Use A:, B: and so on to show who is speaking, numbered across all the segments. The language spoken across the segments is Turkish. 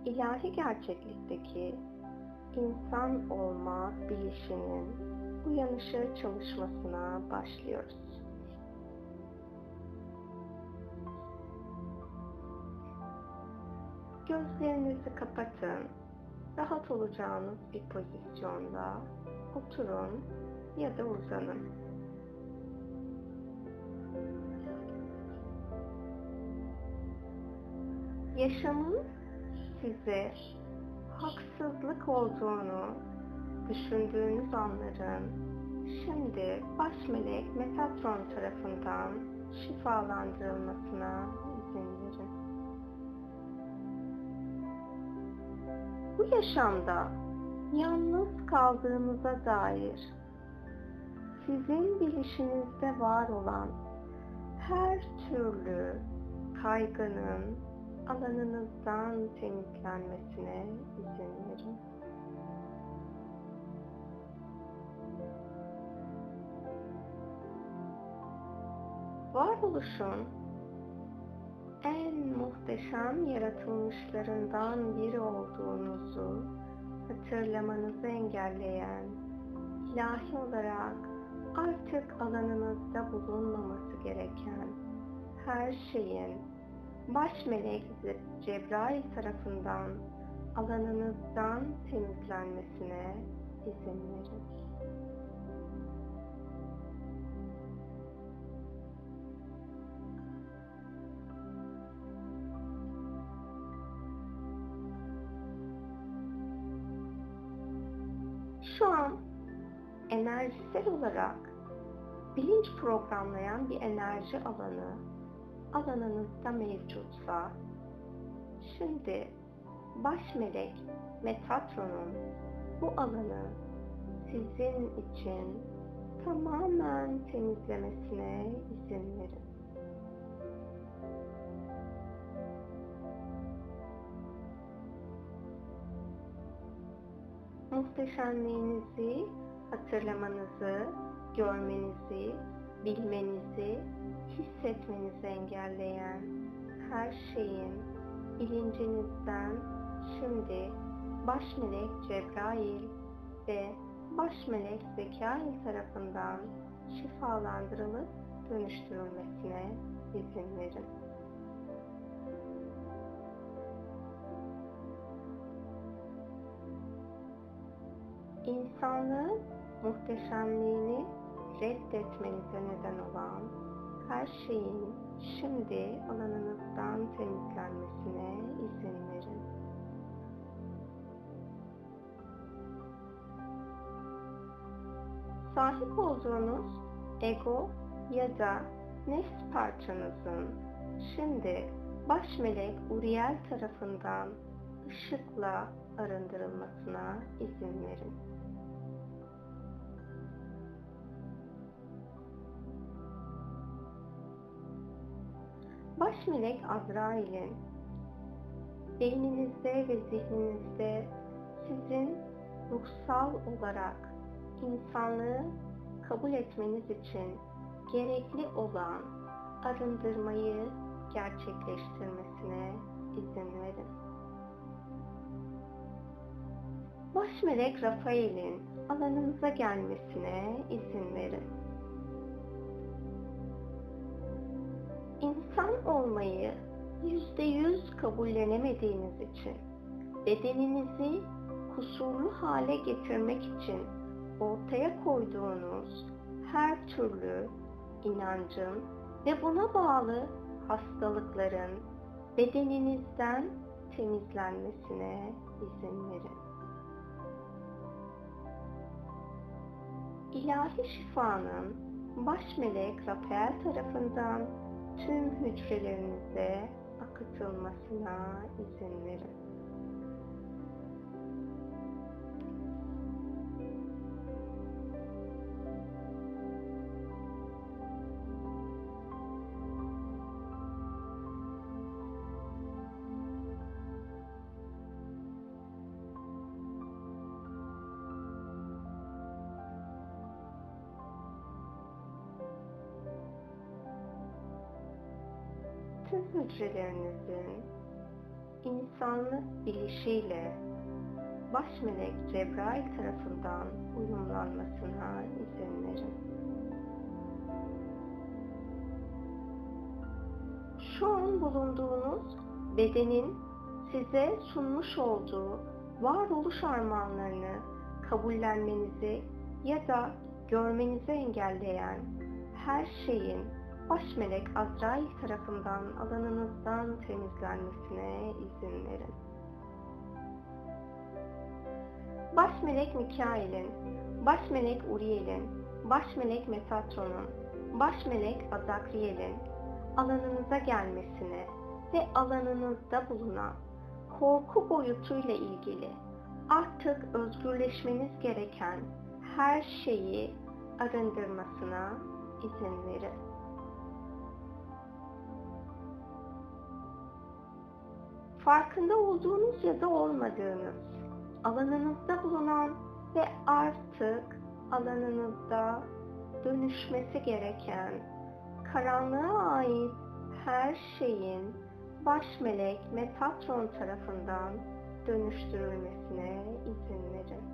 A: İlahi gerçeklikteki insan olma bilişinin uyanışı çalışmasına başlıyoruz. Gözlerinizi kapatın. Rahat olacağınız bir pozisyonda oturun ya da uzanın. Yaşamın size haksızlık olduğunu düşündüğünüz anların şimdi baş melek Metatron tarafından şifalandırılmasına izin verin. Bu yaşamda yalnız kaldığınıza dair sizin bilişinizde var olan her türlü kaygının alanınızdan temizlenmesine izin verin. Varoluşun en muhteşem yaratılmışlarından biri olduğunuzu hatırlamanızı engelleyen, ilahi olarak artık alanınızda bulunmaması gereken her şeyin baş melek Cebrail tarafından alanınızdan temizlenmesine izin verin. Şu an enerjisel olarak bilinç programlayan bir enerji alanınızda mevcutsa, şimdi baş melek Metatron'un bu alanı sizin için tamamen temizlemesine izin verin. Muhteşemliğinizi hatırlamanızı, görmenizi, bilmenizi, hissetmenizi engelleyen her şeyin bilincinizden şimdi baş melek Cebrail ve baş melek Zekail tarafından şifalandırılıp dönüştürülmesine izin verin. İnsanlığın muhteşemliğini reddetmenize neden olan her şeyin şimdi alanınızdan temizlenmesine izin verin. Sahip olduğunuz ego ya da nefs parçanızın şimdi baş melek Uriel tarafından ışıkla arındırılmasına izin verin. Baş melek Azrail'in beyninizde ve zihninizde sizin ruhsal olarak insanlığı kabul etmeniz için gerekli olan arındırmayı gerçekleştirmesine izin verin. Baş melek Rafael'in alanınıza gelmesine izin verin. İnsan olmayı %100 kabullenemediğiniz için bedeninizi kusurlu hale getirmek için ortaya koyduğunuz her türlü inancın ve buna bağlı hastalıkların bedeninizden temizlenmesine izin verin. İlahi şifanın baş melek Rafael tarafından tüm hücrelerinize akıtılmasına izin verin. tüm hücrelerinizin insanlık bilişiyle baş melek Cebrail tarafından uyumlanmasına izin verin. Şu an bulunduğunuz bedenin size sunmuş olduğu varoluş armağanlarını kabullenmenizi ya da görmenizi engelleyen her şeyin baş melek Azrail tarafından alanınızdan temizlenmesine izin verin. Baş melek Mikail'in, baş melek Uriel'in, baş melek Metatron'un, baş melek Azakriel'in alanınıza gelmesine ve alanınızda bulunan korku boyutuyla ilgili artık özgürleşmeniz gereken her şeyi arındırmasına izin verin. Farkında olduğunuz ya da olmadığınız alanınızda bulunan ve artık alanınızda dönüşmesi gereken karanlığa ait her şeyin baş melek Metatron tarafından dönüştürülmesine izin verin.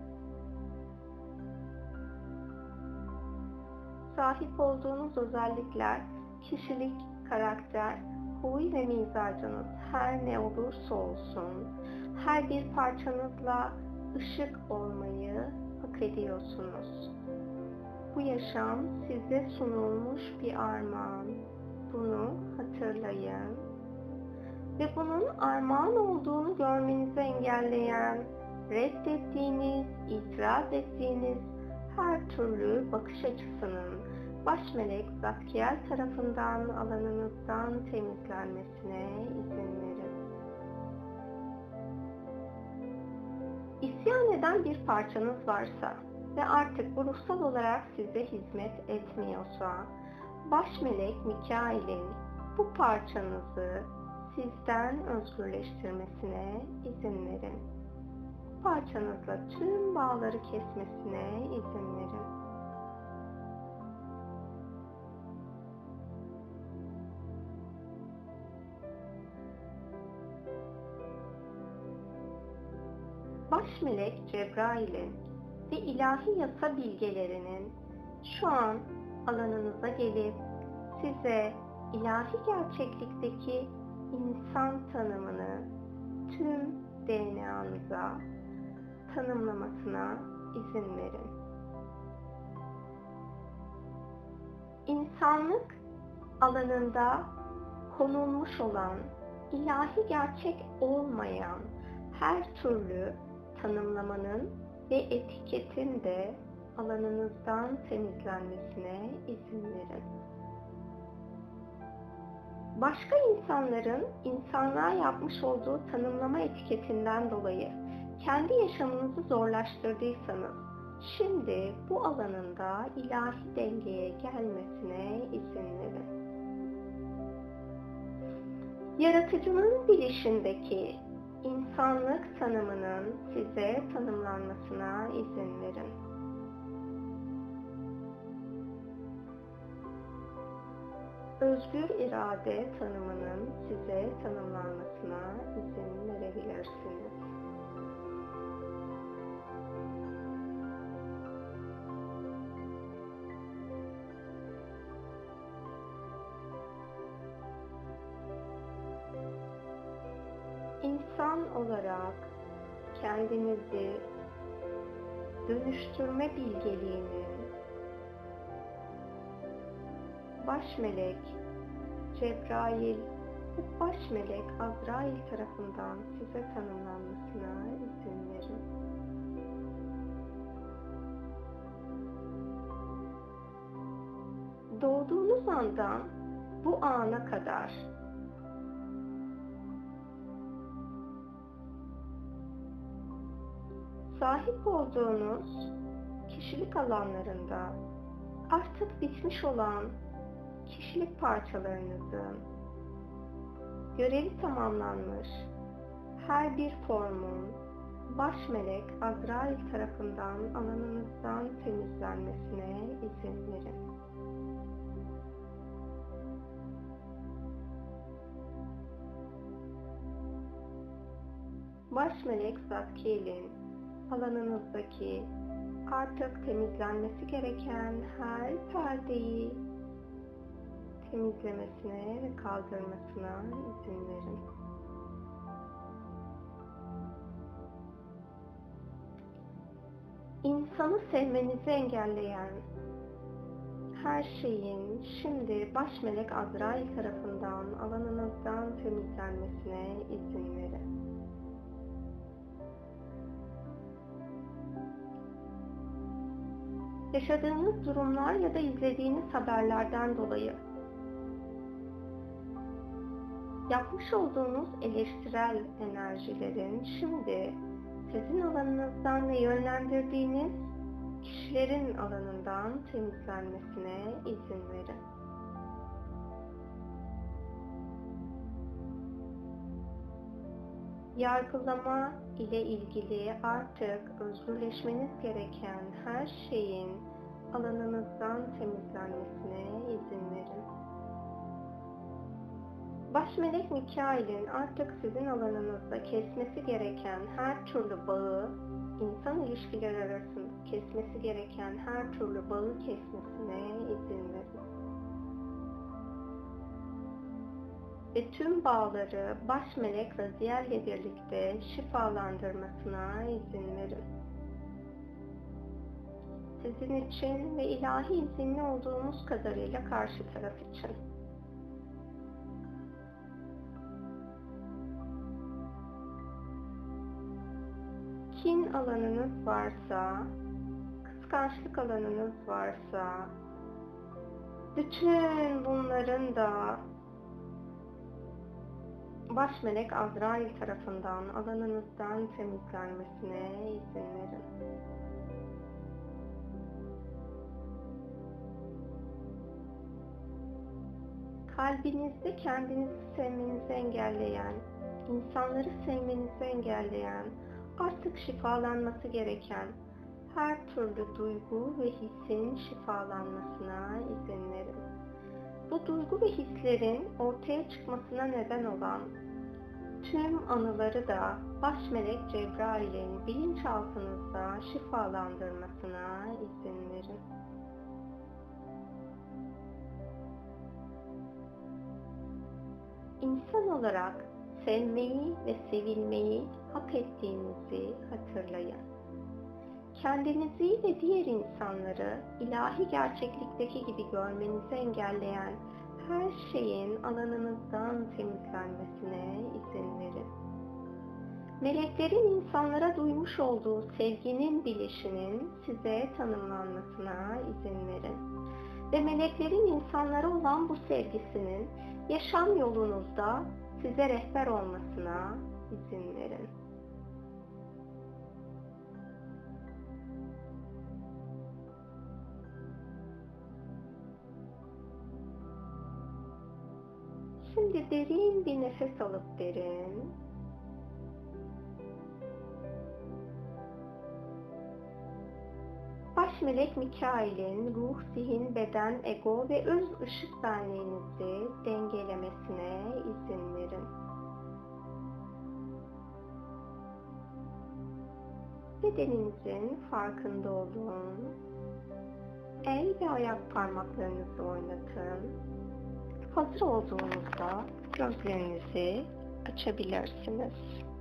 A: Sahip olduğunuz özellikler, kişilik, karakter, huy ve mizacınız her ne olursa olsun, her bir parçanızla ışık olmayı hak ediyorsunuz. Bu yaşam size sunulmuş bir armağan. Bunu hatırlayın ve bunun armağan olduğunu görmenizi engelleyen, reddettiğiniz, itiraz ettiğiniz her türlü bakış açısının baş melek Zadkiel tarafından alanınızdan temizlenmesine izin verin. İsyan eden bir parçanız varsa ve artık bu ruhsal olarak size hizmet etmiyorsa, baş melek Mikail'in bu parçanızı sizden özgürleştirmesine izin verin. Parçanızla tüm bağları kesmesine izin verin. Baş melek Cebrail'in ve ilahi yasa bilgelerinin şu an alanınıza gelip size ilahi gerçeklikteki insan tanımını tüm DNA'nıza tanımlamasına izin verin. İnsanlık alanında konulmuş olan ilahi gerçek olmayan her türlü tanımlamanın ve etiketin de alanınızdan temizlenmesine izin verin. Başka insanların insanlığa yapmış olduğu tanımlama etiketinden dolayı kendi yaşamınızı zorlaştırdıysanız, şimdi bu alanında ilahi dengeye gelmesine izin verin. Yaratıcının bilişindeki insanlık tanımının size tanımlanmasına izin verin. Özgür irade tanımının size tanımlanmasına izin verebilirsiniz. İnsan olarak kendinizi dönüştürme bilgeliğinin baş melek Cebrail ve baş melek Azrail tarafından size tanımlanmasına izin verin. Doğduğunuz andan bu ana kadar sahip olduğunuz kişilik alanlarında artık bitmiş olan kişilik parçalarınızın görevi tamamlanmış her bir formun baş melek Azrail tarafından alanınızdan temizlenmesine izin verin. Baş melek Zadkiel'in alanınızdaki artık temizlenmesi gereken her perdeyi temizlemesine ve kaldırmasına izin verin. İnsanı sevmenizi engelleyen her şeyin şimdi baş melek Azrail tarafından alanınızdan temizlenmesine izin verin. Yaşadığınız durumlar ya da izlediğiniz haberlerden dolayı yapmış olduğunuz eleştirel enerjilerin şimdi sizin alanınızdan ve yönlendirdiğiniz kişilerin alanından temizlenmesine izin verin. Yargılama ile ilgili artık özgürleşmeniz gereken her şeyin alanınızdan temizlenmesine izin verin. Baş melek Mikail'in artık sizin alanınızda kesmesi gereken her türlü bağı, insan ilişkileri arasında kesmesi gereken her türlü bağı kesmesine izin verin. Ve tüm bağları baş melek Raziel ile birlikte şifalandırmasına izin verin. Sizin için ve ilahi izinli olduğunuz kadarıyla karşı taraf için. Kin alanınız varsa, kıskançlık alanınız varsa, bütün bunların da baş melek Azrail tarafından alanınızdan temizlenmesine izin verin. Kalbinizde kendinizi sevmenizi engelleyen, insanları sevmenizi engelleyen, artık şifalanması gereken her türlü duygu ve hissin şifalanmasına izin verin. Bu duygu ve hislerin ortaya çıkmasına neden olan tüm anıları da baş melek Cebrail'in bilinçaltınızda şifalandırmasına izin verin. İnsan olarak sevmeyi ve sevilmeyi hak ettiğinizi hatırlayın. Kendinizi ve diğer insanları ilahi gerçeklikteki gibi görmenizi engelleyen her şeyin alanınızdan temizlenmesine izin verin. Meleklerin insanlara duymuş olduğu sevginin bilişinin size tanımlanmasına izin verin. Ve meleklerin insanlara olan bu sevgisinin yaşam yolunuzda size rehber olmasına izin verin. Şimdi derin bir nefes alıp verin. Baş melek Mikail'in ruh, zihin, beden, ego ve öz ışık benliğinizi dengelemesine izin verin. Bedeninizin farkında olun. El ve ayak parmaklarınızı oynatın. Hazır olduğunuzda gözlerinizi açabilirsiniz.